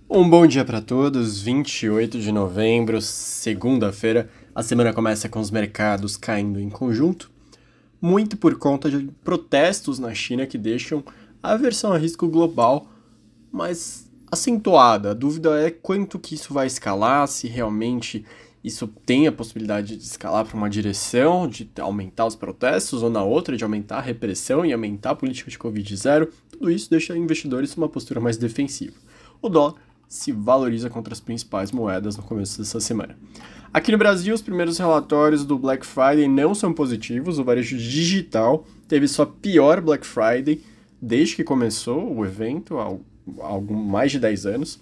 Um bom dia para todos, 28 de novembro, segunda-feira. A semana começa com os mercados caindo em conjunto, muito por conta de protestos na China que deixam a aversão a risco global mais acentuada. A dúvida é quanto que isso vai escalar, se realmente isso tem a possibilidade de escalar para uma direção, de aumentar os protestos, ou na outra, de aumentar a repressão e aumentar a política de Covid-0. Tudo isso deixa investidores numa postura mais defensiva. O dólar se valoriza contra as principais moedas no começo dessa semana. Aqui no Brasil, os primeiros relatórios do Black Friday não são positivos. O varejo digital teve sua pior Black Friday desde que começou o evento, há mais de 10 anos.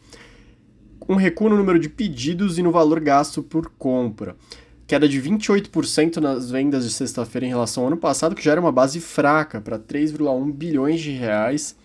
Um recuo no número de pedidos e no valor gasto por compra. Queda de 28% nas vendas de sexta-feira em relação ao ano passado, que já era uma base fraca, para 3,1 bilhões de reais.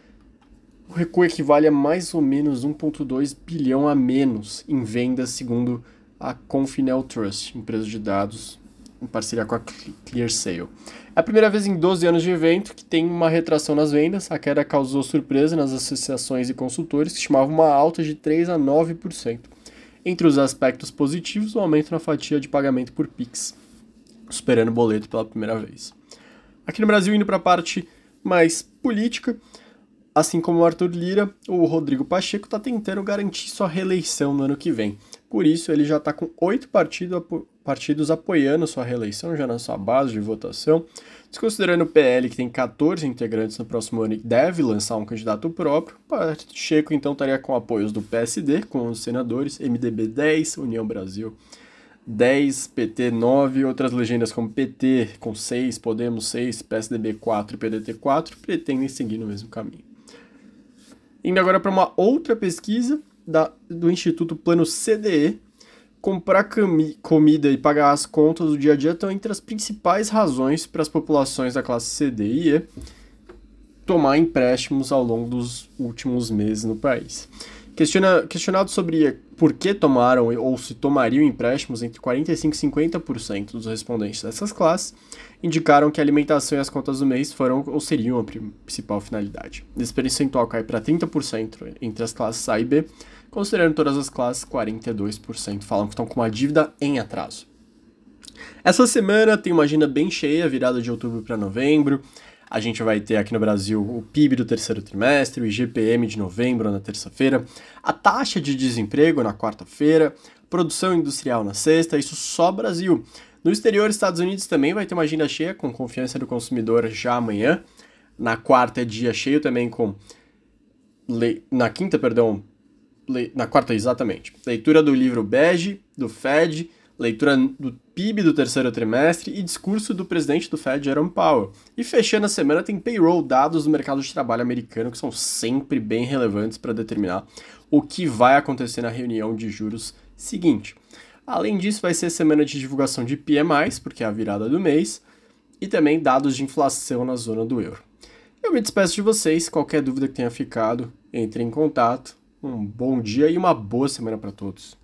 O recuo equivale a mais ou menos 1,2 bilhão a menos em vendas, segundo a Confinel Trust, empresa de dados em parceria com a ClearSale. É a primeira vez em 12 anos de evento que tem uma retração nas vendas. A queda causou surpresa nas associações e consultores, que estimavam uma alta de 3 a 9%. Entre os aspectos positivos, o aumento na fatia de pagamento por Pix, superando o boleto pela primeira vez. Aqui no Brasil, indo para a parte mais política, assim como o Arthur Lira, o Rodrigo Pacheco está tentando garantir sua reeleição no ano que vem. Por isso, ele já está com 8 partidos apoiando sua reeleição, já na sua base de votação. Desconsiderando o PL, que tem 14 integrantes no próximo ano e deve lançar um candidato próprio, Pacheco então estaria com apoios do PSD, com os senadores, MDB 10, União Brasil 10, PT 9, outras legendas como PT com 6, Podemos 6, PSDB 4 e PDT 4 pretendem seguir no mesmo caminho. Indo agora para uma outra pesquisa do Instituto Plano CDE, comprar comida e pagar as contas do dia a dia estão entre as principais razões para as populações da classe C, D e E tomar empréstimos ao longo dos últimos meses no país. Questionado sobre por que tomaram ou se tomariam empréstimos, entre 45% e 50% dos respondentes dessas classes indicaram que a alimentação e as contas do mês foram ou seriam a principal finalidade. Esse percentual cai para 30% entre as classes A e B, considerando todas as classes, 42% falam que estão com uma dívida em atraso. Essa semana tem uma agenda bem cheia, virada de outubro para novembro. A gente vai ter aqui no Brasil o PIB do terceiro trimestre, o IGPM de novembro na terça-feira, a taxa de desemprego na quarta-feira, produção industrial na sexta, isso só Brasil. No exterior, Estados Unidos também vai ter uma agenda cheia com confiança do consumidor já amanhã. Na quarta é dia cheio também com... Na quarta, exatamente. Leitura do livro Bege, do Fed, leitura do PIB do terceiro trimestre e discurso do presidente do Fed, Jerome Powell. E fechando a semana tem payroll, dados do mercado de trabalho americano, que são sempre bem relevantes para determinar o que vai acontecer na reunião de juros seguinte. Além disso, vai ser semana de divulgação de PMIs, porque é a virada do mês, e também dados de inflação na zona do euro. Eu me despeço de vocês, qualquer dúvida que tenha ficado, entre em contato. Um bom dia e uma boa semana para todos.